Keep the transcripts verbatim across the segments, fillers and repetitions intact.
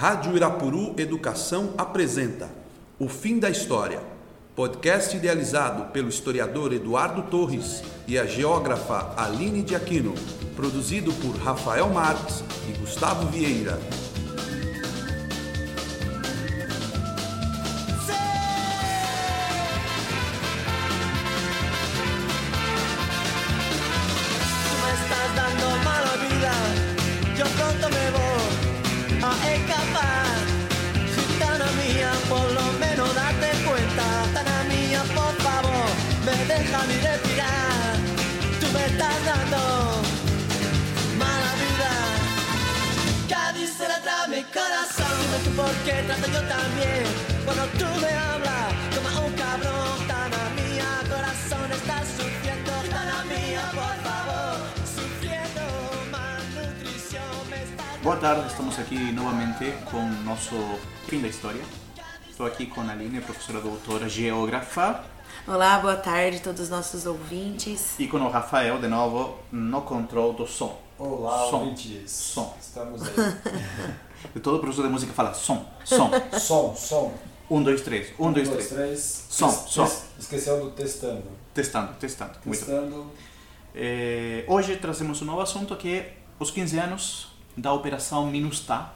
Rádio Irapuru Educação apresenta O Fim da História, podcast idealizado pelo historiador Eduardo Torres e a geógrafa Aline de Aquino, produzido por Rafael Marques e Gustavo Vieira. Déjame respirar, tú me estás dando mala vida. Cádiz se la trae mi corazón. Dime tú por qué trato yo también cuando tú me hablas como a un cabrón. Tana mía, corazón, estás sufriendo. Tana mía, por favor, sufriendo malnutrición. Me estás... Boa tarde, estamos aqui novamente com o nosso Fim da História. Estou aqui com a Aline, professora doutora geógrafa. Olá, boa tarde a todos os nossos ouvintes. E com o Rafael, de novo, no controle do som. Olá, som. ouvintes. Som. Estamos aí. E todo professor de música fala som, som. Som, som. Um, dois, três. Um, dois, três. três. Som, Tes- som. tes- Esqueceu do testando. Testando, testando. Muito bem. Testando. Eh, hoje trazemos um novo assunto que é os quinze anos da Operação Minustah,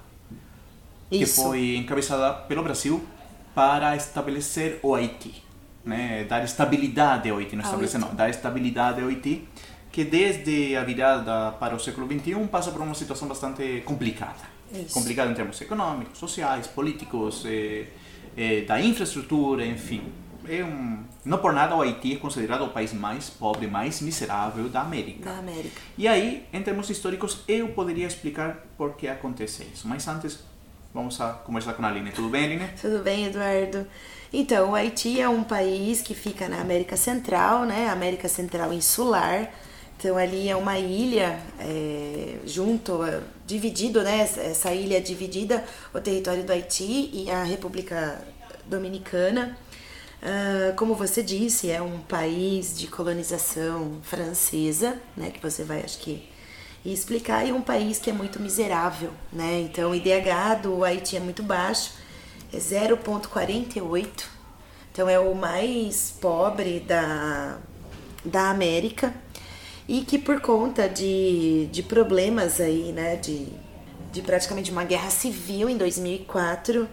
que Isso. foi encabeçada pelo Brasil para estabelecer o Haiti. Né, dar estabilidade ao Haiti, não estabelecer não, dar estabilidade ao Haiti, que desde a virada para o século vinte e um passa por uma situação bastante complicada. Isso. Complicada em termos econômicos, sociais, políticos, eh, eh, da infraestrutura, enfim. É um, não por nada o Haiti é considerado o país mais pobre, mais miserável da América. Da América. E aí, em termos históricos, eu poderia explicar por que acontece isso. Mas antes, vamos a conversar com a Aline. Tudo bem, Aline? Tudo bem, Eduardo? Então, o Haiti é um país que fica na América Central, né? América Central insular. Então, ali é uma ilha é, junto, é, dividido, né? Essa, essa ilha é dividida, o território do Haiti e a República Dominicana. Ah, como você disse, é um país de colonização francesa, né? Que você vai, acho que, explicar. E um país que é muito miserável, né? Então, o I D H do Haiti é muito baixo. É zero vírgula quarenta e oito, então é o mais pobre da, da América e que por conta de, de problemas aí, né, de, de praticamente uma guerra civil em dois mil e quatro,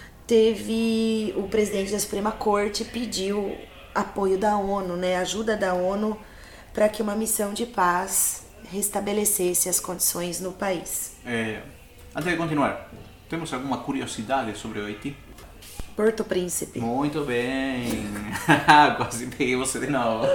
teve o presidente da Suprema Corte pediu apoio da ONU, né, ajuda da ONU para que uma missão de paz restabelecesse as condições no país. É, antes de continuar, temos alguma curiosidade sobre o Haiti? Porto Príncipe. Muito bem! Quase peguei você de novo.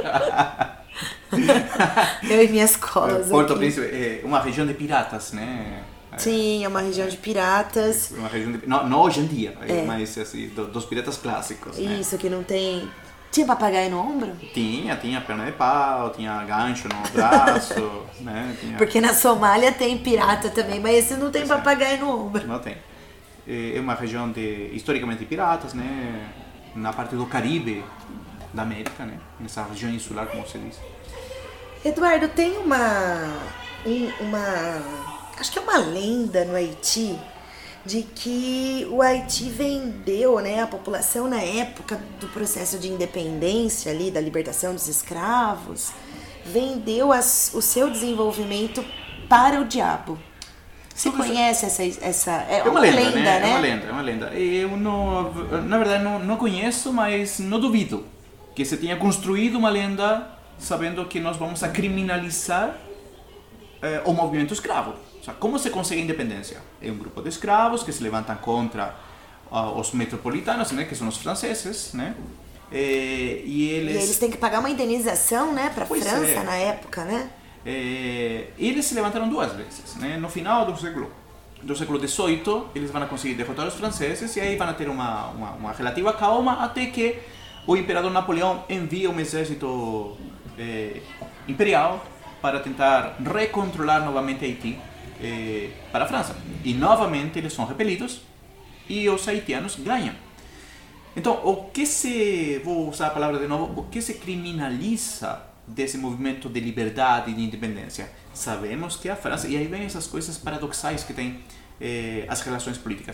Eu e minhas colas Porto aqui. Príncipe é uma região de piratas, né? Sim, é uma região de piratas. Uma região de... Não, não hoje em dia, É. mas assim, do- dos piratas clássicos, né? Isso, que não tem... Tinha papagaio no ombro? Tinha, tinha perna de pau, tinha gancho no braço, né? Tinha... Porque na Somália tem pirata também, mas esse não tem Pois é. papagaio no ombro. Não tem. É uma região de, historicamente de piratas, né? Na parte do Caribe da América, né? Nessa região insular, como você disse. Eduardo, tem uma... um- uma... acho que é uma lenda no Haiti de que o Haiti vendeu, né, a população na época do processo de independência ali, da libertação dos escravos, vendeu as, o seu desenvolvimento para o diabo. Você Tudo isso- conhece essa... essa é, É uma lenda, né? né? É uma lenda, é uma lenda. Eu, não, na verdade, não, não conheço, mas não duvido que se tenha construído uma lenda sabendo que nós vamos a criminalizar eh, o movimento escravo. O sea, como se consegue a independência? É um grupo de escravos que se levantam contra uh, os metropolitanos, né, que são os franceses, né? Eh, e eles... E eles têm que pagar uma indenização, né, para a Pois França é. na época, né? Eh, eles se levantaram duas vezes, né? No final do século do século dezoito, eles vão conseguir derrotar os franceses e aí vão ter uma, uma, uma relativa calma até que o imperador Napoleão envia um exército eh, imperial para tentar recontrolar novamente Haiti eh, para a França. E novamente eles são repelidos e os haitianos ganham. Então, o que se, vou usar a palavra de novo, o que se criminaliza desse movimento de liberdade e de independência? Sabemos que a França, e aí vem essas coisas paradoxais que tem eh, as relações políticas.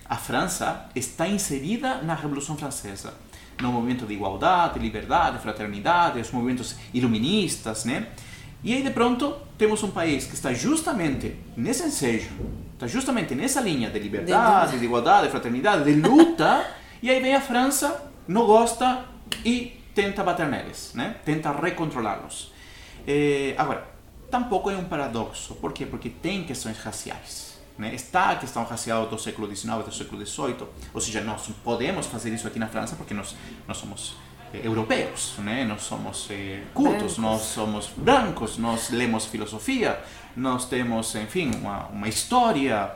a França está inserida na Revolução Francesa, no movimento de igualdade, liberdade, fraternidade, os movimentos iluministas, né? E aí, de pronto, temos um país que está justamente nesse ensejo, está justamente nessa linha de liberdade, de igualdade, de fraternidade, de luta, e aí vem a França, não gosta e tenta bater neles, né? Tenta recontrolá-los. É, agora, tampouco é um paradoxo. Por quê? Porque tem questões raciais. Né? Está a questão racial do século dezenove, do século dezoito, ou seja, nós podemos fazer isso aqui na França porque nós, nós somos eh, europeus, né? Nós somos eh, cultos, brancos. Nós somos brancos, nós lemos filosofia, nós temos, enfim, uma, uma história,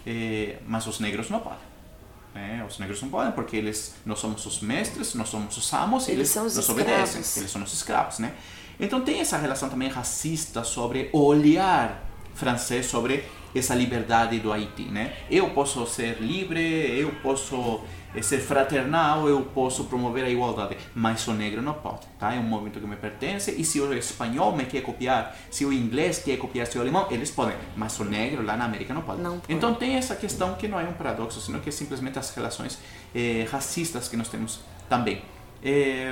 eh, mas os negros não podem. Né? Os negros não podem porque eles, nós somos os mestres, nós somos os amos, eles, eles nos obedecem, eles são os escravos. Né? Então tem essa relação também racista sobre o olhar francês sobre essa liberdade do Haiti, né? Eu posso ser livre, eu posso ser fraternal, eu posso promover a igualdade, mas o negro não pode, tá? É um movimento que me pertence e se o espanhol me quer copiar, se o inglês quer copiar, se o alemão, eles podem, mas o negro lá na América não pode. Não pode. Então tem essa questão que não é um paradoxo, senão que é simplesmente as relações eh, racistas que nós temos também. Eh,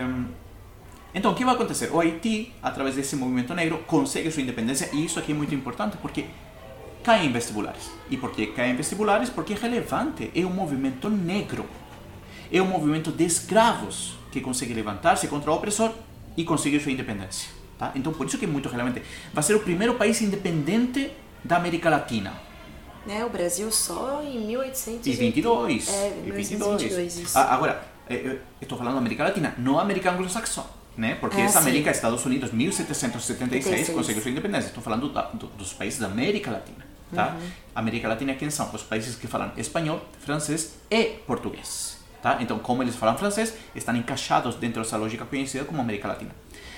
Então, o que vai acontecer? O Haiti, através desse movimento negro, consegue sua independência, e isso aqui é muito importante porque cai em vestibulares. E por que cai em vestibulares? Porque é relevante, é um movimento negro. É um movimento de escravos que consegue levantar-se contra o opressor e conseguir sua independência. Tá? Então, por isso que é muito relevante. Vai ser o primeiro país independente da América Latina. É, o Brasil só em mil oitocentos e vinte e dois. É, mil oitocentos e vinte e dois, isso. Agora, eu estou falando da América Latina, não América Anglo-Saxã. Né? Porque ah, essa América, sim. Estados Unidos, mil setecentos e setenta e seis, conseguiu sua independência. Estou falando da, do, dos países da América Latina. Tá? Uhum. América Latina, quem são? Os países que falam espanhol, francês e português. Tá? Então, como eles falam francês, estão encaixados dentro dessa lógica conhecida como América Latina.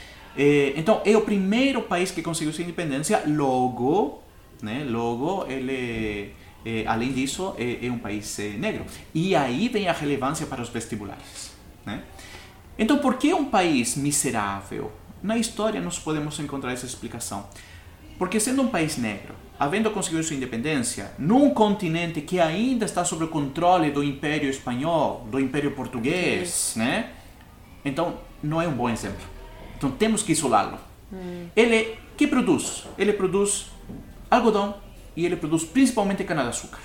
Eh, então, é o primeiro país que conseguiu sua independência, logo, né? Logo ele, eh, além disso, é, é um país eh, negro. E aí vem a relevância para os vestibulares. Né? Então, por que um país miserável? Na história nós podemos encontrar essa explicação. Porque sendo um país negro, havendo conseguido sua independência, num continente que ainda está sob o controle do Império Espanhol, do Império Português, né? Então, não é um bom exemplo. Então, temos que isolá-lo. Hum. Ele, que produz? Ele produz algodão e ele produz principalmente cana-de-açúcar,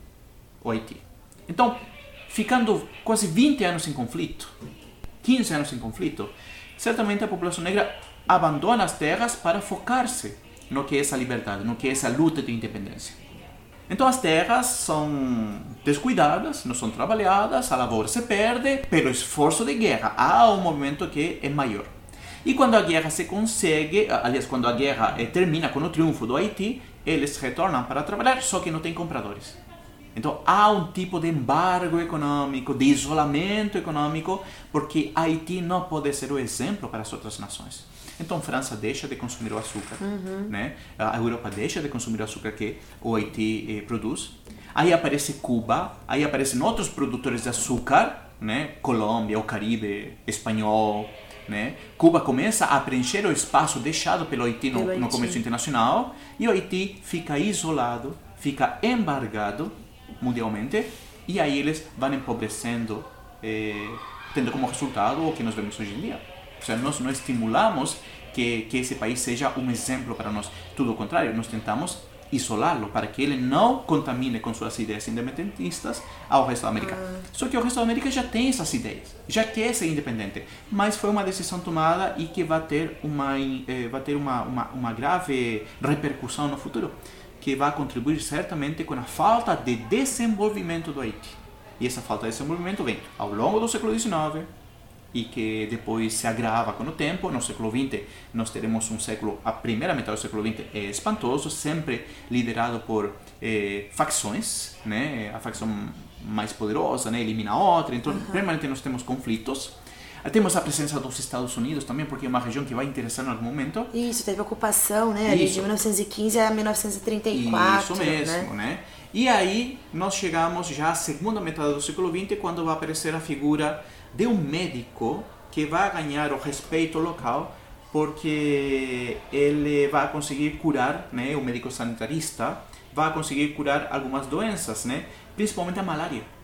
o Haiti. Então, ficando quase vinte anos em conflito, quinze anos em conflito, certamente a população negra abandona as terras para focar-se no que é essa liberdade, no que é essa luta de independência. Então as terras são descuidadas, não são trabalhadas, a lavoura se perde pelo esforço de guerra. Há um movimento que é maior. E quando a guerra se consegue, aliás, quando a guerra eh, termina com o triunfo do Haiti, eles retornam para trabalhar, só que não tem compradores. Então, há um tipo de embargo econômico, de isolamento econômico, porque Haiti não pode ser o exemplo para as outras nações. Então, a França deixa de consumir o açúcar, uhum. né? A Europa deixa de consumir o açúcar que o Haiti eh, produz. Aí aparece Cuba, aí aparecem outros produtores de açúcar, né? Colômbia, o Caribe espanhol, né? Cuba começa a preencher o espaço deixado pelo Haiti no, no comércio internacional, e o Haiti fica isolado, fica embargado mundialmente, e aí eles vão empobrecendo, eh, tendo como resultado o que nós vemos hoje em dia. Ou seja, nós não estimulamos que, que esse país seja um exemplo para nós. Tudo o contrário, nós tentamos isolá-lo para que ele não contamine com suas ideias independentistas ao resto da América. Ah. Só que o resto da América já tem essas ideias, já quer ser independente, mas foi uma decisão tomada e que vai ter uma, eh, vai ter uma, uma, uma grave repercussão no futuro, que vai contribuir certamente com a falta de desenvolvimento do Haiti. E essa falta de desenvolvimento vem ao longo do século dezenove e que depois se agrava com o tempo. No século vinte nós teremos um século, a primeira metade do século vinte é espantoso, sempre liderado por eh, facções, né? A facção mais poderosa, né, elimina a outra, então uhum. permanentemente nós temos conflitos. Temos a presença dos Estados Unidos também, porque é uma região que vai interessar em algum momento. Isso, teve ocupação, né? Ali de mil novecentos e quinze a mil novecentos e trinta e quatro. Isso mesmo, né? né? E aí nós chegamos já à segunda metade do século vinte, quando vai aparecer a figura de um médico que vai ganhar o respeito local, porque ele vai conseguir curar, né? O médico sanitarista vai conseguir curar algumas doenças, né? Principalmente a malária.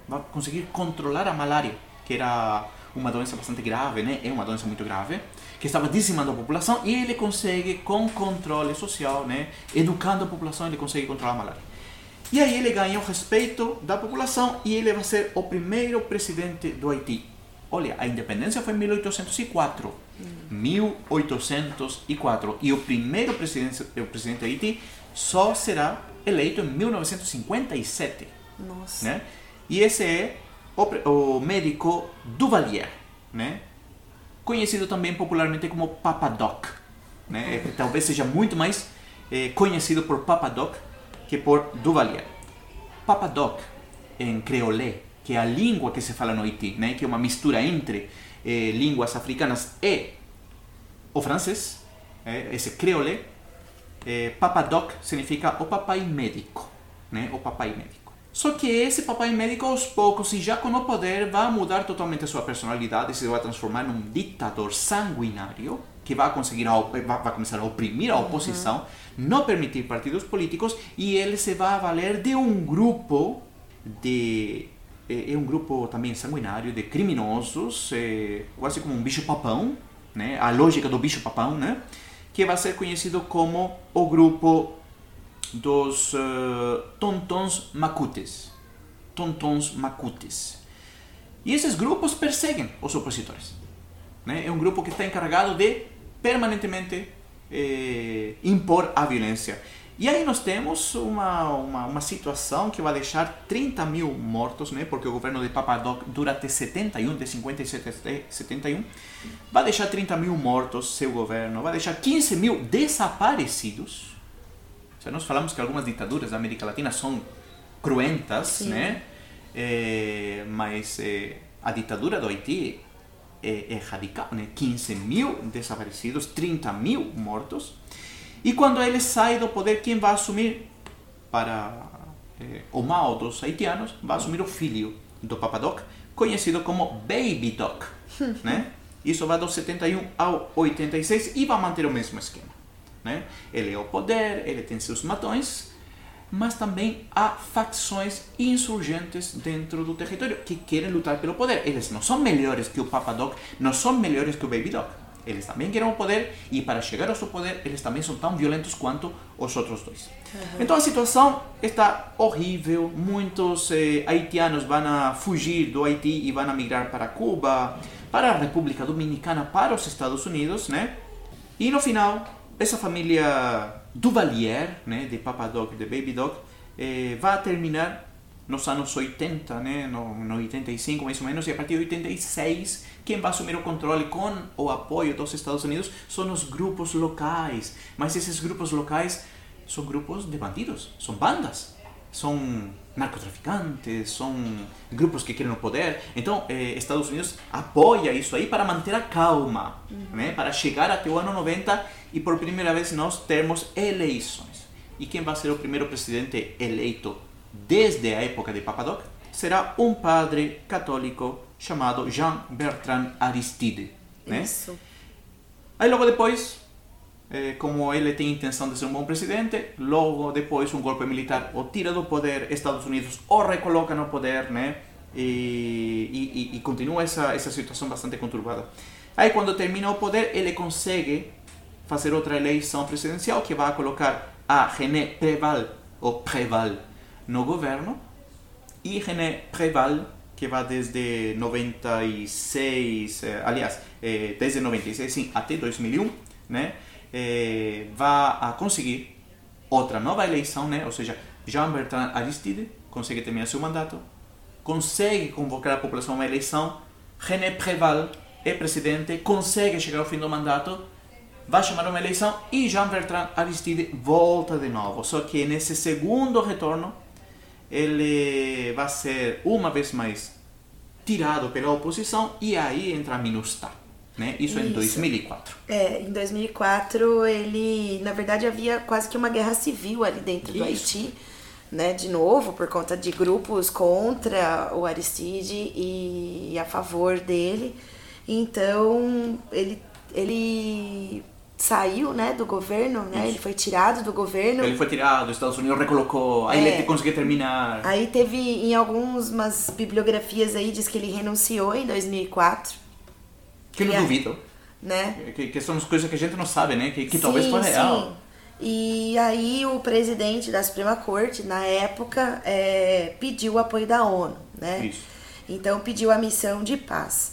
vai conseguir controlar a malária, que era uma doença bastante grave, né? É uma doença muito grave, que estava dizimando a população, e ele consegue, com controle social, né? Educando a população, ele consegue controlar a malária. E aí ele ganha o respeito da população e ele vai ser o primeiro presidente do Haiti. Olha, a independência foi em mil oitocentos e quatro. mil oitocentos e quatro. E o primeiro presidente, o presidente do Haiti só será eleito em mil novecentos e cinquenta e sete. Nossa. Né? E esse é o, o médico Duvalier, né? Conhecido também popularmente como Papa Doc. Né? É, talvez seja muito mais é, conhecido por Papa Doc que por Duvalier. Papa Doc, em creolé, que é a língua que se fala no Haiti, né? Que é uma mistura entre eh, línguas africanas e o francês, eh, esse creolé. Eh, Papa Doc significa o papai médico, né? O papai médico. Só que esse papai médico, aos poucos, e já com o poder, vai mudar totalmente a sua personalidade e se vai transformar num ditador sanguinário que vai, conseguir, vai, vai começar a oprimir a oposição, uhum. não permitir partidos políticos, e ele se vai valer de um grupo de... É um grupo também sanguinário de criminosos, é, quase como um bicho-papão, né? A lógica do bicho-papão, né? Que vai ser conhecido como o grupo dos uh, tontons macutes. Tontons macutes. E esses grupos perseguem os opositores. Né? É um grupo que está encarregado de permanentemente eh, impor a violência. E aí nós temos uma, uma, uma situação que vai deixar trinta mil mortos, né? Porque o governo de Papa Doc dura até setenta e um, de cinquenta e sete a setenta e um. Vai deixar trinta mil mortos, seu governo. Vai deixar quinze mil desaparecidos. Já nós falamos que algumas ditaduras da América Latina são cruentas, sim, né? É, mas é, a ditadura do Haiti é, é radical, né? quinze mil desaparecidos, trinta mil mortos. E quando ele sai do poder, quem vai assumir, para eh, o mal dos haitianos, vai assumir o filho do Papa Doc, conhecido como Baby Doc. Né? Isso vai dos setenta e um ao oitenta e seis e vai manter o mesmo esquema. Né? Ele é o poder, ele tem seus matões, mas também há facções insurgentes dentro do território que querem lutar pelo poder. Eles não são melhores que o Papa Doc, não são melhores que o Baby Doc. Eles também querem o poder, e para chegar ao seu poder, eles também são tão violentos quanto os outros dois. Uhum. Então a situação está horrível. Muitos eh, haitianos vão a fugir do Haiti e vão a migrar para Cuba, para a República Dominicana, para os Estados Unidos, né? E no final, essa família Duvalier, né, de Papa Doc e de Baby Doc, eh, vai terminar nos anos oitenta, né, no, no oitenta e cinco mais ou menos, e a partir de oitenta e seis, quem vai assumir o controle com o apoio dos Estados Unidos são os grupos locais. Mas esses grupos locais são grupos de bandidos, são bandas, são narcotraficantes, são grupos que querem o poder. Então, eh, Estados Unidos apoia isso aí para manter a calma, uhum. né, para chegar até o ano noventa e por primeira vez nós termos eleições. E quem vai ser o primeiro presidente eleito desde a época de Papa Doc será um padre católico chamado Jean-Bertrand Aristide. Né? Isso. Aí logo depois, eh, como ele tem intenção de ser um bom presidente, logo depois um golpe militar o tira do poder, Estados Unidos o recoloca no poder, né? e, e, e continua essa, essa situação bastante conturbada. Aí quando termina o poder, ele consegue fazer outra eleição presidencial que vai colocar a René Préval, ou Préval, no governo, e René Préval, que vai desde noventa e seis, eh, aliás, eh, desde noventa e seis sim, até dois mil e um, né, eh, vai a conseguir outra nova eleição, né, ou seja, Jean-Bertrand Aristide consegue terminar seu mandato, consegue convocar a população a uma eleição, René Préval é presidente, consegue chegar ao fim do mandato, vai chamar uma eleição e Jean-Bertrand Aristide volta de novo. Só que nesse segundo retorno, ele vai ser uma vez mais tirado pela oposição e aí entra a MINUSTAH, né? Isso, Isso. em dois mil e quatro. É, em dois mil e quatro ele, na verdade, havia quase que uma guerra civil ali dentro do Isso. Haiti, né? De novo, por conta de grupos contra o Aristide e a favor dele. Então, ele, ele saiu, né, do governo, né? Isso. Ele foi tirado do governo. Ele foi tirado, os Estados Unidos recolocou, aí É. ele conseguiu terminar. Aí teve, em algumas bibliografias aí, diz que ele renunciou em dois mil e quatro, Que eu não E a- duvido. né? Que, que são as coisas que a gente não sabe, né? Que, que Sim, talvez foi real. sim. E aí o presidente da Suprema Corte, na época, é, pediu o apoio da ONU, né? Isso. Então pediu a missão de paz.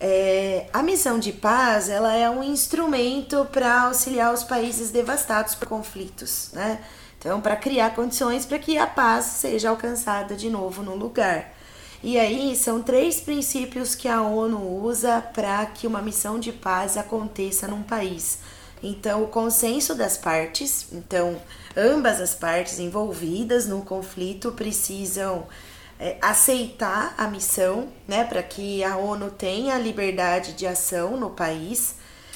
É, a missão de paz, ela é um instrumento para auxiliar os países devastados por conflitos, né? Então, para criar condições para que a paz seja alcançada de novo no lugar. E aí são três princípios que a ONU usa para que uma missão de paz aconteça num país. Então, o consenso das partes, então ambas as partes envolvidas no conflito precisam é, aceitar a missão, né, para que a ONU tenha liberdade de ação no país.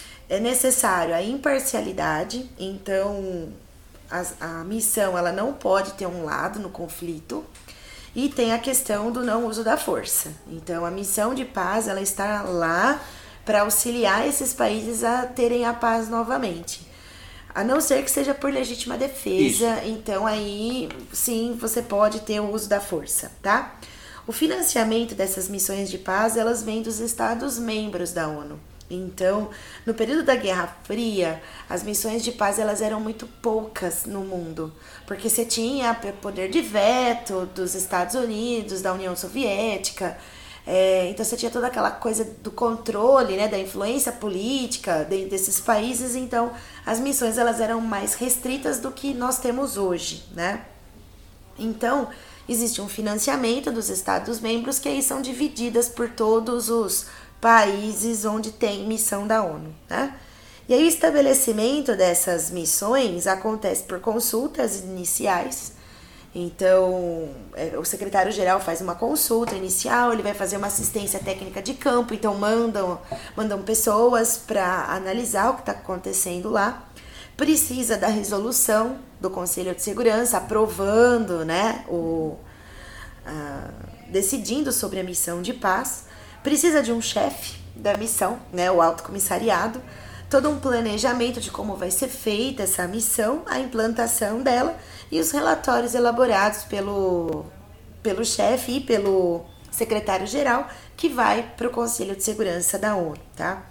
É necessário a imparcialidade, então a, a missão ela não pode ter um lado no conflito. E tem a questão do não uso da força. Então, a missão de paz ela está lá para auxiliar esses países a terem a paz novamente. A não ser que seja por legítima defesa, Isso. então aí sim você pode ter o uso da força, tá? O financiamento dessas missões de paz, elas vêm dos Estados membros da ONU. Então, no período da Guerra Fria, as missões de paz elas eram muito poucas no mundo, porque você tinha poder de veto dos Estados Unidos, da União Soviética, é, então você tinha toda aquela coisa do controle, né, da influência política de, desses países, então as missões elas eram mais restritas do que nós temos hoje, né? Então, existe um financiamento dos Estados-membros que aí são divididas por todos os países onde tem missão da ONU, né? E aí o estabelecimento dessas missões acontece por consultas iniciais. Então, o secretário-geral faz uma consulta inicial, ele vai fazer uma assistência técnica de campo, então mandam, mandam pessoas para analisar o que está acontecendo lá. Precisa da resolução do Conselho de Segurança, aprovando, né, o, a, decidindo sobre a missão de paz. Precisa de um chefe da missão, né, o alto comissariado, todo um planejamento de como vai ser feita essa missão, a implantação dela e os relatórios elaborados pelo, pelo chefe e pelo secretário-geral que vai para o Conselho de Segurança da ONU, tá?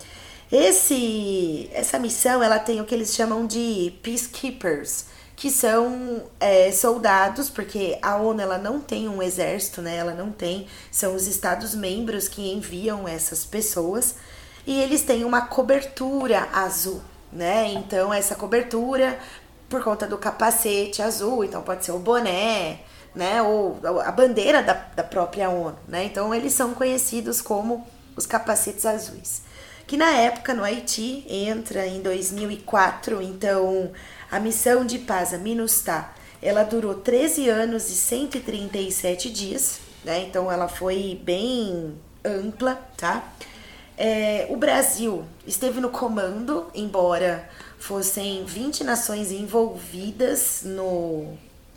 Esse, essa missão, ela tem o que eles chamam de peacekeepers, que são é, soldados, porque a ONU ela não tem um exército, né? Ela não tem, são os Estados-membros que enviam essas pessoas e eles têm uma cobertura azul, né? Então essa cobertura, por conta do capacete azul, então pode ser o boné, né? Ou a bandeira da, da própria ONU, né? Então eles são conhecidos como os capacetes azuis. Que na época no Haiti entra em dois mil e quatro, então a missão de paz, a MINUSTAH, ela durou treze anos e cento e trinta e sete dias, né? Então ela foi bem ampla, tá? É, o Brasil esteve no comando, embora fossem vinte nações envolvidas no,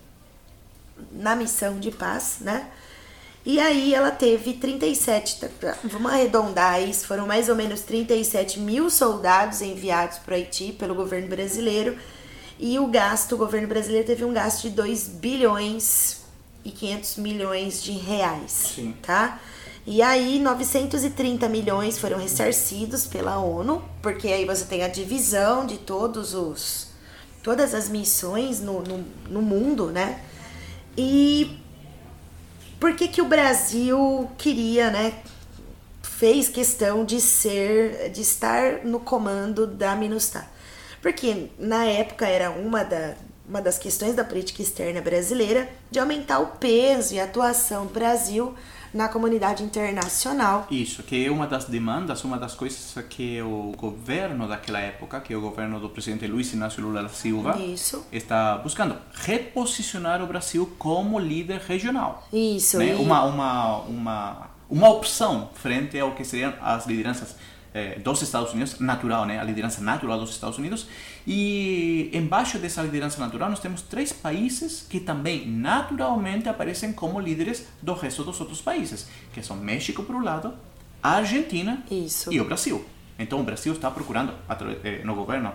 na missão de paz, né? E aí ela teve trinta e sete, vamos arredondar isso, foram mais ou menos trinta e sete mil soldados enviados para o Haiti pelo governo brasileiro. E o gasto, o governo brasileiro teve um gasto de dois bilhões e quinhentos milhões de reais, Sim. tá? E aí novecentos e trinta milhões foram ressarcidos pela ONU, porque aí você tem a divisão de todos os, todas as missões no, no, no mundo, né? E por que que o Brasil queria, né, fez questão de ser, de estar no comando da MINUSTAH? Porque na época era uma, da, uma das questões da política externa brasileira de aumentar o peso e a atuação do Brasil na comunidade internacional. Isso, que é uma das demandas, uma das coisas que o governo daquela época, que é o governo do presidente Luiz Inácio Lula da Silva, Isso. está buscando reposicionar o Brasil como líder regional. Isso. Né? E... Uma, uma, uma, uma opção frente ao que seriam as lideranças eh, dos Estados Unidos, natural, né? A liderança natural dos Estados Unidos. E embaixo dessa liderança natural nós temos três países que também naturalmente aparecem como líderes do resto dos outros países, que são México por um lado, a Argentina Isso. e o Brasil. Então o Brasil está procurando no governo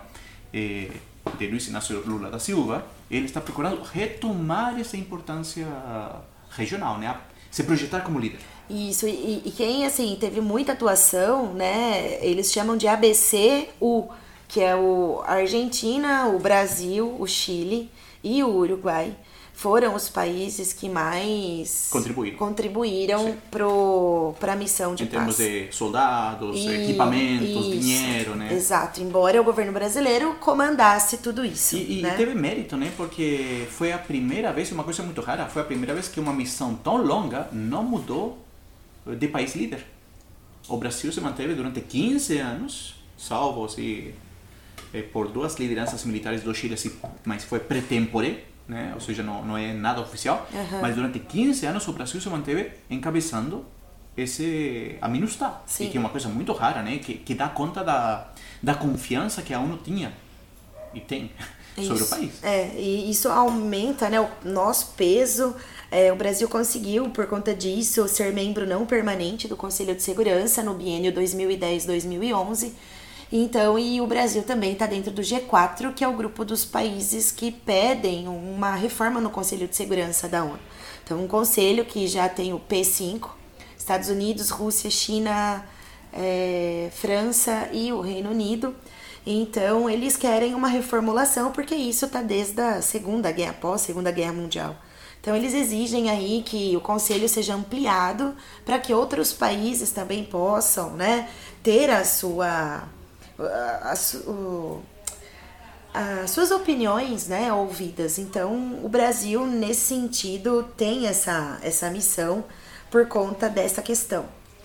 eh, de Luiz Inácio Lula da Silva, ele está procurando retomar essa importância regional, né? Se projetar como líder. Isso, e, e quem assim teve muita atuação, né? Eles chamam de A B C U, que é o a Argentina, o Brasil, o Chile e o Uruguai. Foram os países que mais contribuíram, contribuíram para a missão de em paz. Em termos de soldados, e, equipamentos, isso, dinheiro, né? Exato, embora o governo brasileiro comandasse tudo isso. E, né? e teve mérito, né? Porque foi a primeira vez, uma coisa muito rara, foi a primeira vez que uma missão tão longa não mudou de país líder. O Brasil se manteve durante quinze anos, salvo assim, por duas lideranças militares do Chile, mas foi pré-tempore, né? Ou seja, não, não é nada oficial, uhum. Mas durante quinze anos o Brasil se manteve encabeçando esse a MINUSTAH, e que é uma coisa muito rara, né? Que, que dá conta da, da confiança que a ONU tinha e tem isso. Sobre o país. É, e isso aumenta, né, o nosso peso. É, o Brasil conseguiu, por conta disso, ser membro não permanente do Conselho de Segurança no biênio dois mil e dez a dois mil e onze. Então, e o Brasil também está dentro do G quatro, que é o grupo dos países que pedem uma reforma no Conselho de Segurança da ONU. Então, um conselho que já tem o P cinco, Estados Unidos, Rússia, China, é, França e o Reino Unido. Então, eles querem uma reformulação, porque isso está desde a Segunda Guerra, após a Segunda Guerra Mundial. Então, eles exigem aí que o Conselho seja ampliado para que outros países também possam, né, ter a sua... As, o, as suas opiniões, né, ouvidas. Então, o Brasil, nesse sentido, tem essa, essa missão por conta dessa questão.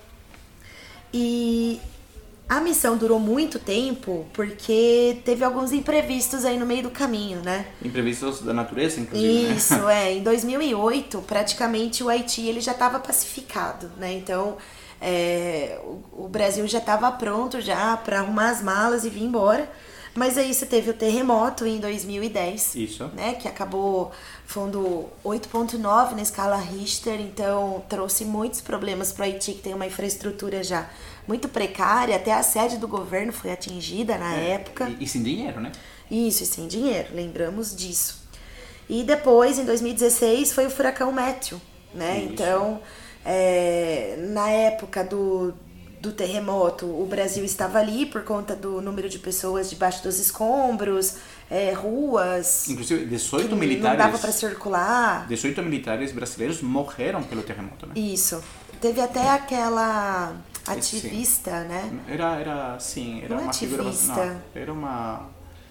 E a missão durou muito tempo porque teve alguns imprevistos aí no meio do caminho, né? Imprevistos da natureza, inclusive. Isso, né? é. Em dois mil e oito, praticamente, o Haiti ele já estava pacificado, né? Então... É, o, o Brasil já estava pronto já para arrumar as malas e vir embora, mas aí você teve o terremoto em dois mil e dez, isso, né, que acabou fundo oito ponto nove na escala Richter, então trouxe muitos problemas para o Haiti, que tem uma infraestrutura já muito precária, até a sede do governo foi atingida na é, época. E, e sem dinheiro, né? Isso, e sem dinheiro, lembramos disso. E depois, em dois mil e dezesseis, foi o furacão Matthew, né, isso. Então... É, na época do, do terremoto, o Brasil estava ali por conta do número de pessoas debaixo dos escombros, é, ruas... Inclusive, dezoito militares... Não dava para circular. dezoito militares brasileiros morreram pelo terremoto, né? Isso. Teve até aquela ativista, sim. né? Era, era, sim, era uma, uma ativista. figura... Não, era uma...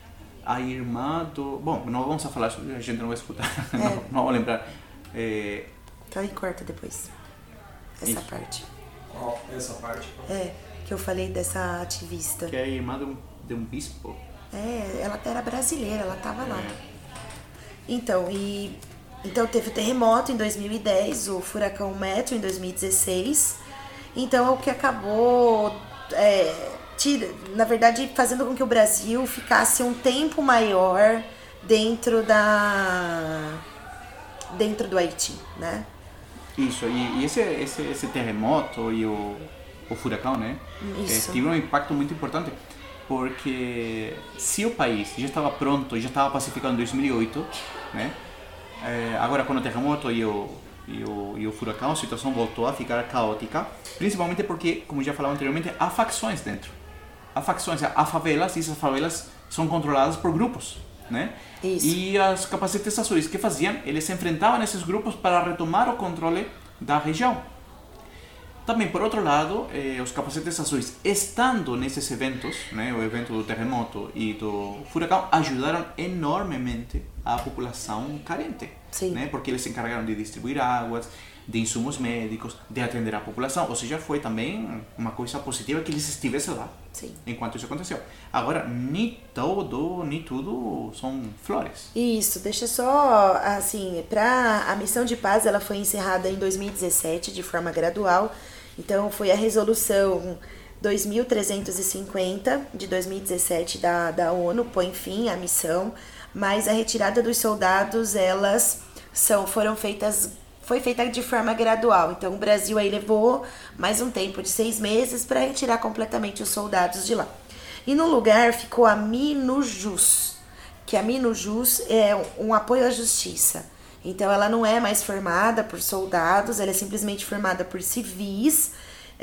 A irmã do... Bom, não vamos falar sobre... A gente não vai escutar. É. Não, não vou lembrar. É... Então, corta depois. Essa Isso. parte. Qual? Essa parte? É, que eu falei dessa ativista. Que é a irmã de um, de um bispo. É, ela era brasileira, ela tava é. lá. Então, e... Então teve o terremoto em dois mil e dez, o furacão Matthew em dois mil e dezesseis. Então é o que acabou, é, tira, na verdade, fazendo com que o Brasil ficasse um tempo maior dentro da... dentro do Haiti, né? Isso, e, e esse, esse, esse terremoto e o, o furacão, né? Isso. É, teve um impacto muito importante, porque se o país já estava pronto, já estava pacificado em dois mil e oito, né? É, agora com o terremoto e o, e, o, e o furacão, a situação voltou a ficar caótica, principalmente porque, como já falava anteriormente, há facções dentro. Há facções, há favelas, e essas favelas são controladas por grupos, né? Isso. E os capacetes azuis, que faziam? Eles se enfrentavam nesses grupos para retomar o controle da região. Também, por outro lado, eh, os capacetes azuis, estando nesses eventos, né, o evento do terremoto e do furacão, ajudaram enormemente a população carente. Sim. Né, porque eles se encarregaram de distribuir águas, de insumos médicos, de atender a população. Ou seja, foi também uma coisa positiva que eles estivessem lá. Sim. Enquanto isso aconteceu. Agora, nem todo, nem tudo são flores. Isso, deixa só, assim, para a missão de paz, ela foi encerrada em dois mil e dezessete de forma gradual. Então, foi a resolução dois mil trezentos e cinquenta de dois mil e dezessete da, da ONU, põe fim à missão, mas a retirada dos soldados, elas são, foram feitas... Foi feita de forma gradual, então o Brasil aí levou mais um tempo de seis meses para retirar completamente os soldados de lá. E no lugar ficou a MINUJUS, que a MINUJUS é um apoio à justiça. Então ela não é mais formada por soldados, ela é simplesmente formada por civis,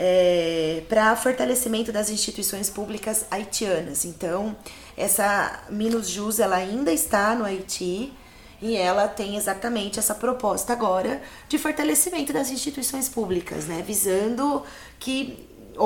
é, para fortalecimento das instituições públicas haitianas. Então essa MINUJUS ela ainda está no Haiti e ela tem exatamente essa proposta agora de fortalecimento das instituições públicas, né, visando que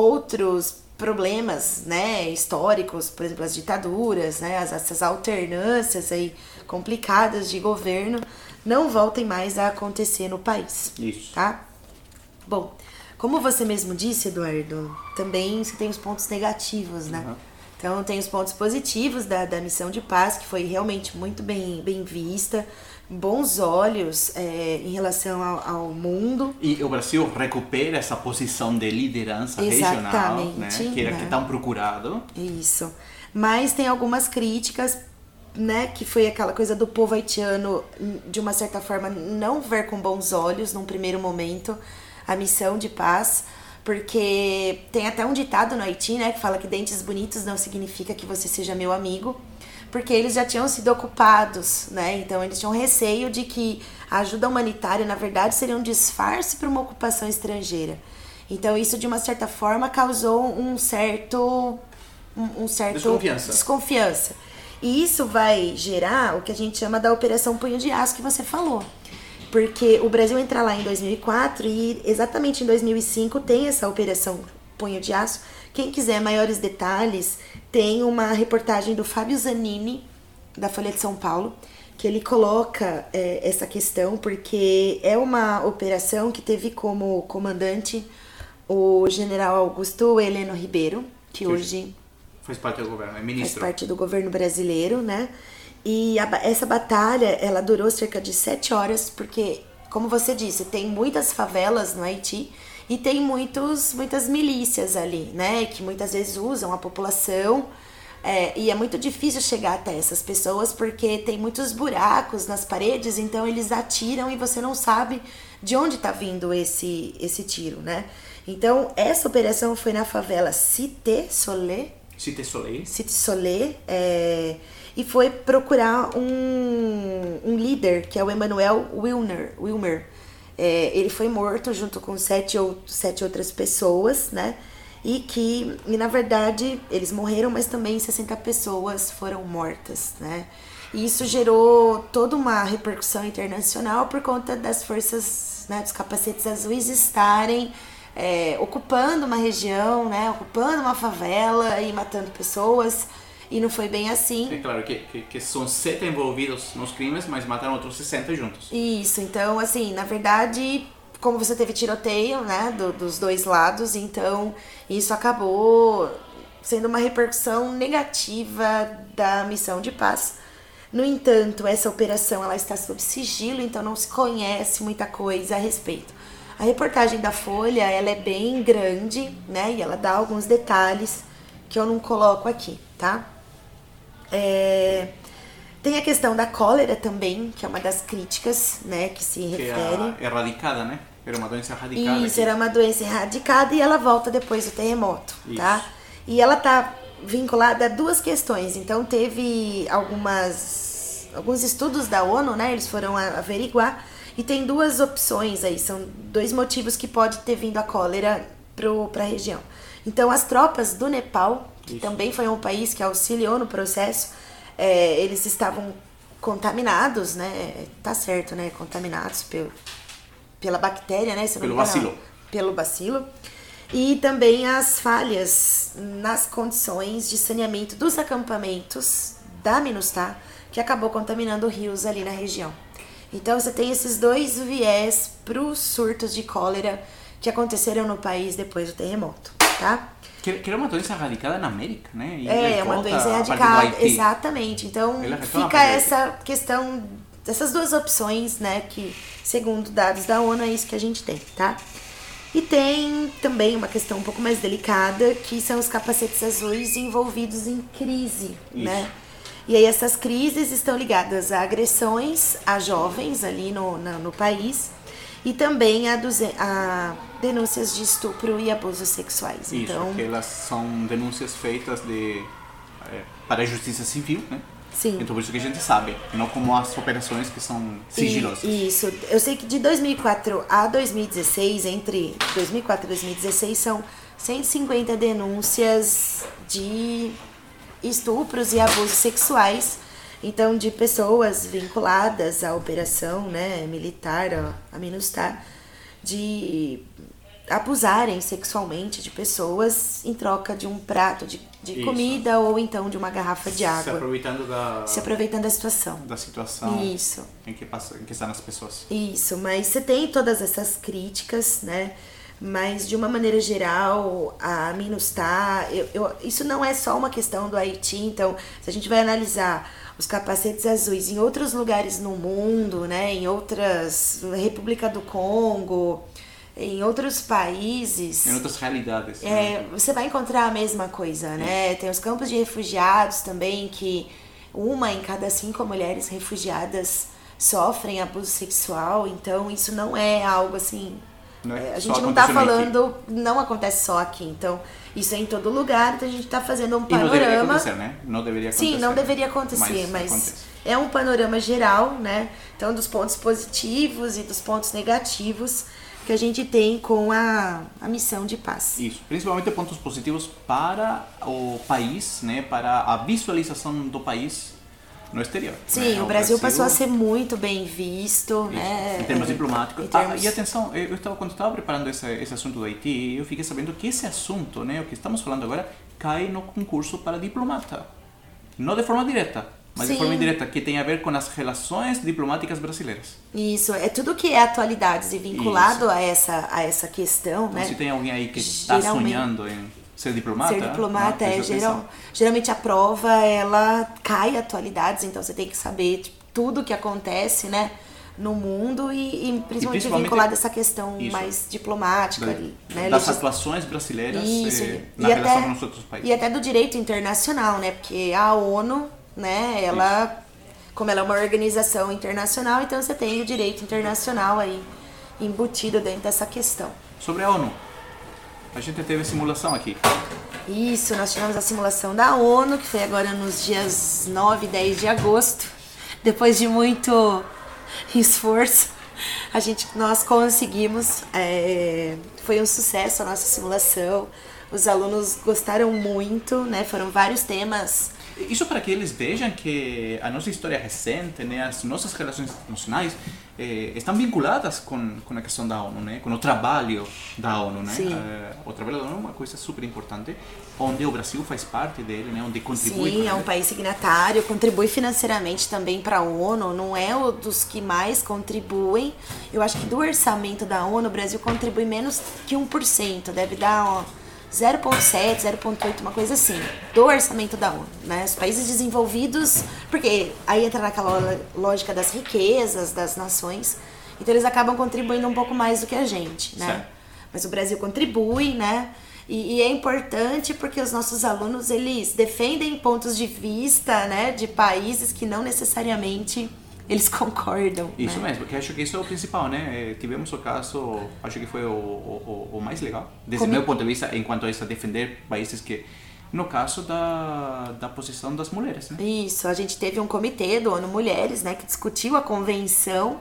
outros problemas, né, históricos, por exemplo, as ditaduras, né, as, essas alternâncias aí complicadas de governo não voltem mais a acontecer no país. Isso. Tá? Bom, como você mesmo disse, Eduardo, também você tem os pontos negativos, né? Uhum. Então tem os pontos positivos da, da missão de paz, que foi realmente muito bem, bem vista, bons olhos é, em relação ao, ao mundo. E o Brasil recupera essa posição de liderança regional, né, que era né? que tão procurado. Isso. Mas tem algumas críticas, né, que foi aquela coisa do povo haitiano, de uma certa forma, não ver com bons olhos, num primeiro momento, a missão de paz, porque tem até um ditado no Haiti, né, que fala que dentes bonitos não significa que você seja meu amigo, porque eles já tinham sido ocupados, né, então eles tinham receio de que a ajuda humanitária, na verdade, seria um disfarce para uma ocupação estrangeira. Então isso, de uma certa forma, causou um certo... Um, um certo desconfiança. desconfiança. E isso vai gerar o que a gente chama da Operação Punho de Aço, que você falou. Porque o Brasil entra lá em dois mil e quatro e exatamente em dois mil e cinco tem essa Operação Punho de Aço. Quem quiser maiores detalhes, tem uma reportagem do Fábio Zanini, da Folha de São Paulo, que ele coloca é, essa questão, porque é uma operação que teve como comandante o general Augusto Heleno Ribeiro, que Sim. hoje... Faz parte do governo, é ministro. Faz parte do governo brasileiro, né? E a, essa batalha, ela durou cerca de sete horas, porque, como você disse, tem muitas favelas no Haiti e tem muitos, muitas milícias ali, né? Que muitas vezes usam a população é, e é muito difícil chegar até essas pessoas porque tem muitos buracos nas paredes, então eles atiram e você não sabe de onde tá vindo esse, esse tiro, né? Então, essa operação foi na favela Cité Soleil, Cité Soleil. Cité Soleil, é, e foi procurar um, um líder, que é o Emmanuel Wilner. Wilmer. É, ele foi morto junto com sete, ou, sete outras pessoas, né? E que, e na verdade, eles morreram, mas também sessenta pessoas foram mortas, né? E isso gerou toda uma repercussão internacional por conta das forças, né, dos capacetes azuis estarem... É, ocupando uma região, né, ocupando uma favela e matando pessoas, e não foi bem assim. É claro que, que, que são sete envolvidos nos crimes, mas mataram outros sessenta juntos. Isso, então, assim, na verdade, como você teve tiroteio, né, do, dos dois lados, então isso acabou sendo uma repercussão negativa da missão de paz. No entanto, essa operação ela está sob sigilo, então não se conhece muita coisa a respeito. A reportagem da Folha, ela é bem grande, né? E ela dá alguns detalhes que eu não coloco aqui, tá? É... Tem a questão da cólera também, que é uma das críticas, né? Que se que refere... é erradicada, né? Era uma doença erradicada. Isso, aqui. era uma doença erradicada e ela volta depois do terremoto, Isso. tá? E ela tá vinculada a duas questões. Então, teve algumas... alguns estudos da ONU, né? Eles foram averiguar. E tem duas opções aí, são dois motivos que pode ter vindo a cólera para a região. Então, as tropas do Nepal, que Isso. também foi um país que auxiliou no processo, é, eles estavam contaminados, né? Tá certo, né? Contaminados pelo, pela bactéria, né? Se pelo bacilo. Pelo bacilo. E também as falhas nas condições de saneamento dos acampamentos da MINUSTAH, que acabou contaminando rios ali na região. Então você tem esses dois viés para os surtos de cólera que aconteceram no país depois do terremoto, tá? Que, que era uma doença erradicada na América, né? E é, é uma doença erradicada, exatamente. Então fica essa questão, essas duas opções, né? Que segundo dados da ONU é isso que a gente tem, tá? E tem também uma questão um pouco mais delicada, que são os capacetes azuis envolvidos em crise, isso. né? E aí essas crises estão ligadas a agressões a jovens ali no, no, no país e também a, duze- a denúncias de estupro e abusos sexuais. Isso, então, que elas são denúncias feitas de é, para a justiça civil, né? Sim. Então por isso que a gente sabe, não como as operações que são sigilosas. E, isso. Eu sei que de dois mil e quatro a dois mil e dezesseis, entre dois mil e quatro e dois mil e dezesseis, são cento e cinquenta denúncias de estupros e abusos sexuais. Então, de pessoas vinculadas à operação, né, militar, a, a MINUSTAH, de abusarem sexualmente de pessoas em troca de um prato de, de comida ou então de uma garrafa de água. Se aproveitando da, Se aproveitando da situação. da situação Isso. em que, passa, em que estão as pessoas. Isso, mas você tem todas essas críticas, né? Mas de uma maneira geral, a MINUSTAH, eu, eu, isso não é só uma questão do Haiti. Então, se a gente vai analisar os capacetes azuis em outros lugares no mundo, né? Em outras, República do Congo, em outros países, Em outras realidades. é, né? você vai encontrar a mesma coisa, né? Tem os campos de refugiados também, que uma em cada cinco mulheres refugiadas sofrem abuso sexual. Então, isso não é algo assim... Não é a só gente não tá acontecendo aqui. falando, não acontece só aqui. Então, isso é em todo lugar, então a gente tá fazendo um E não deveria panorama. acontecer, né? Não deveria acontecer. Sim, não deveria acontecer, mas, acontece. é um panorama geral, né? Então, dos pontos positivos e dos pontos negativos que a gente tem com a, a missão de paz. Isso, principalmente pontos positivos para o país, né? Para a visualização do país no exterior. Sim, né? o Brasil passou a ser muito bem visto, Isso, né? em termos É, diplomáticos. em termos- Ah, e atenção, eu estava, quando estava preparando esse, esse assunto do Haiti, eu fiquei sabendo que esse assunto, né, o que estamos falando agora, cai no concurso para diplomata. Não de forma direta, mas Sim. de forma indireta, que tem a ver com as relações diplomáticas brasileiras. Isso, é tudo que é atualidades e vinculado a essa, a essa questão, Então, né? se tem alguém aí que está Geralmente- sonhando em ser diplomata, Ser diplomata né, é presta geral, atenção. geralmente a prova ela cai atualidades, então você tem que saber tipo, tudo que acontece, né, no mundo e, e principalmente, principalmente vinculado a essa questão isso. mais diplomática Da- ali, né, das legis- atuações brasileiras Isso, eh, e na até- relação com os outros países. E até do direito internacional, né? Porque a ONU, né, ela, como ela é uma organização internacional, então você tem o direito internacional aí embutido dentro dessa questão. Sobre a ONU, a gente teve simulação aqui. Isso, nós tivemos a simulação da ONU, que foi agora nos dias nove e dez de agosto. Depois de muito esforço, a gente, nós conseguimos. É, foi um sucesso a nossa simulação. Os alunos gostaram muito, né? Foram vários temas. Isso para que eles vejam que a nossa história recente, né, as nossas relações internacionais eh, estão vinculadas com, com a questão da ONU, né, com o trabalho da ONU, né? Sim. Eh, o trabalho da ONU é uma coisa super importante, onde o Brasil faz parte dele, né, onde contribui. Sim, com é um ele. país signatário, contribui financeiramente também para a ONU, não é um dos que mais contribuem. Eu acho que do orçamento da ONU, o Brasil contribui menos que um por cento, deve dar ó, zero vírgula sete, zero vírgula oito, uma coisa assim, do orçamento da ONU, né? Os países desenvolvidos, porque aí entra naquela lógica das riquezas, das nações, então eles acabam contribuindo um pouco mais do que a gente, né? Certo. Mas o Brasil contribui, né? E, e é importante porque os nossos alunos, eles defendem pontos de vista, né, de países que não necessariamente eles concordam. Isso né? mesmo, que acho que isso é o principal, né? Eh, Tivemos o caso, acho que foi o, o, o mais legal, desde o Como- meu ponto de vista, enquanto a isso, a defender países que, no caso da, da posição das mulheres, né? Isso, a gente teve um comitê do ONU Mulheres, né, que discutiu a convenção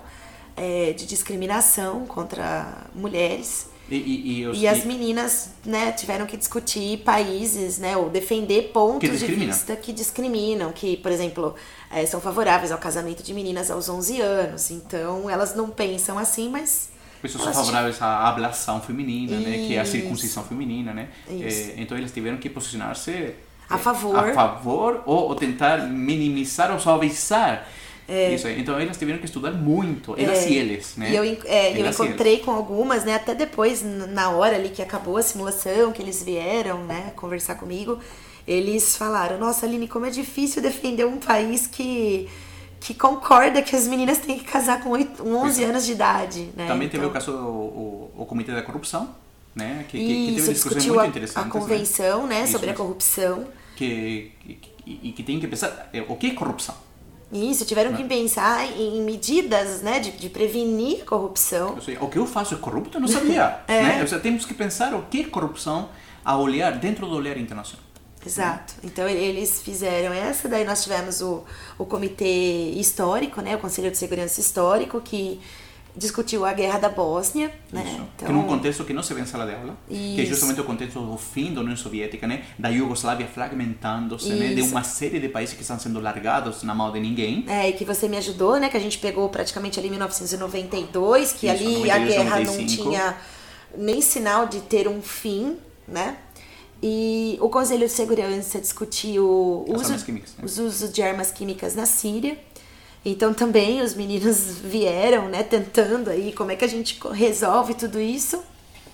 é, de discriminação contra mulheres. E, e, e, os, E as e- meninas, né, tiveram que discutir países, né, ou defender pontos Que de discriminam. vista que discriminam, que, por exemplo, eh, são favoráveis ao casamento de meninas aos onze anos. Então, elas não pensam assim, mas... pessoas são elas- favoráveis à ablação feminina, né? Que é a Isso. circuncisão feminina, né? Isso. Eh, então eles tiveram que posicionar-se A eh, favor. a favor ou, ou tentar minimizar ou suavizar isso aí. Então elas tiveram que estudar muito, elas e eles, né? E eu, en- é, eu Elas e encontrei com algumas, né, até depois, n- na hora ali que acabou a simulação, que eles vieram, né, conversar comigo, eles falaram, nossa, Aline, como é difícil defender um país que, que concorda que as meninas têm que casar com oito, onze anos de idade, né? Também teve Então, o caso do o, o Comitê da Corrupção, né? Que, que, que Isso, teve discussões discutiu muito a, interessantes, a convenção, né, Isso sobre a mesmo. corrupção. Que, que, que, e que tem que pensar eh, o que é corrupção. Isso, tiveram Né? que pensar em medidas, né, de, de prevenir a corrupção. Ou seja, o que eu faço é corrupto? Eu não sabia. É. Né? Ou seja, temos que pensar o que é corrupção a olhar dentro do olhar internacional. Exato. Então eles fizeram essa, daí nós tivemos o, o comitê histórico, né, o Conselho de Segurança Histórico, que discutiu a Guerra da Bósnia, né? Isso. Então, que num contexto que não se vê em sala de aula, Isso. que é justamente o contexto do fim da União Soviética, né? Da Iugoslávia fragmentando-se, né? De uma série de países que estão sendo largados na mão de ninguém. É, e que você me ajudou, né? Que a gente pegou praticamente ali em mil novecentos e noventa e dois, que Isso, ali noventa e a dois, guerra noventa e não cinco. tinha nem sinal de ter um fim, né? E o Conselho de Segurança discutiu o As uso, armas químicas, né? os usos de armas químicas na Síria. Então também os meninos vieram, né, tentando aí como é que a gente resolve tudo isso.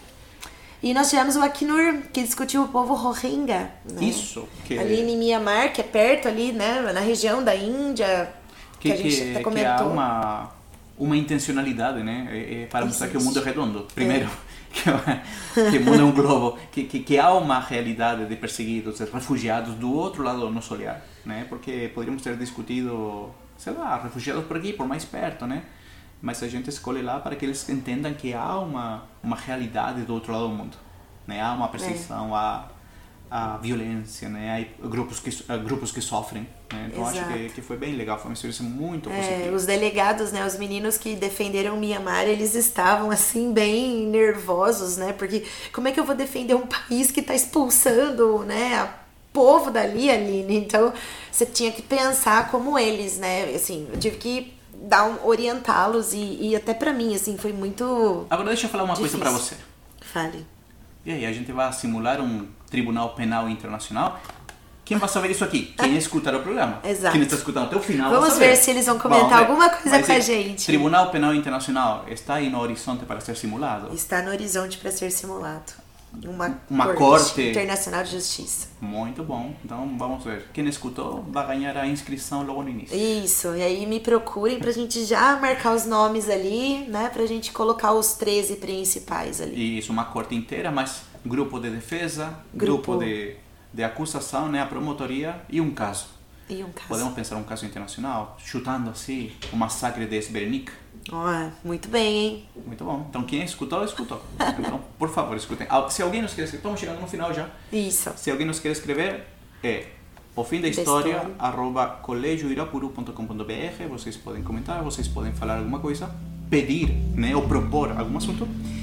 E nós tivemos o Acnur, que discutiu o povo Rohingya, né? Isso. Que, Ali em Myanmar, que é perto ali, né, na região da Índia, que, que, a gente que, até que comentou. há uma, uma intencionalidade, né? É, é para mostrar que o mundo é redondo. Primeiro, É. que, que o mundo é um globo. Que, que, que há uma realidade de perseguidos, de refugiados do outro lado do nosso olhar, né? Porque poderíamos ter discutido, sei lá, refugiados por aqui, por mais perto, né? Mas a gente escolhe lá para que eles entendam que há uma, uma realidade do outro lado do mundo, né? Há uma perseguição, é. há, há violência, né? Há grupos que, grupos que sofrem, né? Então Exato. acho que, que foi bem legal, foi uma experiência muito É, positiva. os delegados, né, os meninos que defenderam Myanmar, eles estavam assim bem nervosos, né? Porque como é que eu vou defender um país que está expulsando, né, a povo dali, Aline? Então você tinha que pensar como eles, né? Assim, eu tive que dar um, orientá-los e, e até pra mim, assim, foi muito Agora deixa eu falar uma difícil. coisa para você. Fale. E aí, a gente vai simular um tribunal penal internacional. Quem vai saber isso aqui? Quem escutar o programa. Exato. Quem está escutando até o final Vamos vai saber. ver se eles vão comentar Bom, né? alguma coisa Mas, com a eh, gente. Tribunal Penal Internacional está aí no horizonte para ser simulado? Está no horizonte para ser simulado. Uma, Uma corte. Internacional de Justiça. Muito bom. Então vamos ver. Quem escutou vai ganhar a inscrição logo no início. Isso, e aí me procurem pra gente já marcar os nomes ali, né? Pra gente colocar os treze principais ali. Isso, uma corte inteira, mas grupo de defesa, Grupo. grupo de, de acusação, né, a promotoria e um caso. E um caso. Podemos pensar um caso internacional, chutando assim, o massacre de Srebrenica. Ó, muito bem, hein? Muito bom. Então quem escutou, escutou. Então, por favor, escutem. Ah, se alguém nos quer escrever, estamos chegando no final já. Isso. Se alguém nos quer escrever, é o fim da história, arroba colégio irapuru ponto com ponto b r. Vocês podem comentar, vocês podem falar alguma coisa, pedir, né, ou propor algum assunto.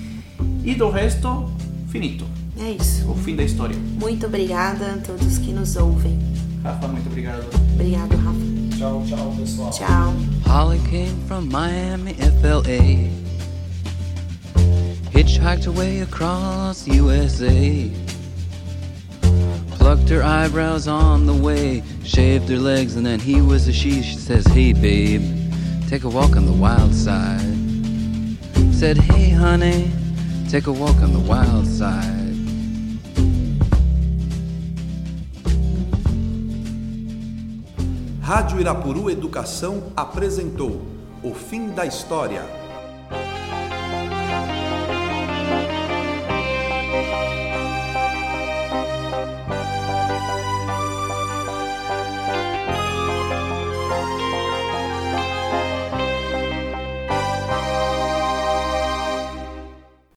E do resto, finito. É isso. O fim da história. Muito obrigada a todos que nos ouvem. Rafa, muito obrigado. Obrigado, Rafa. Tchau, tchau, pessoal. Tchau. Holly came from Miami, F L A. Hitchhiked away across U S A. Plucked her eyebrows on the way. Shaved her legs and then he was a she. She says, hey babe, take a walk on the wild side. Said, hey honey, take a walk on the wild side. Rádio Irapuru Educação apresentou O Fim da História.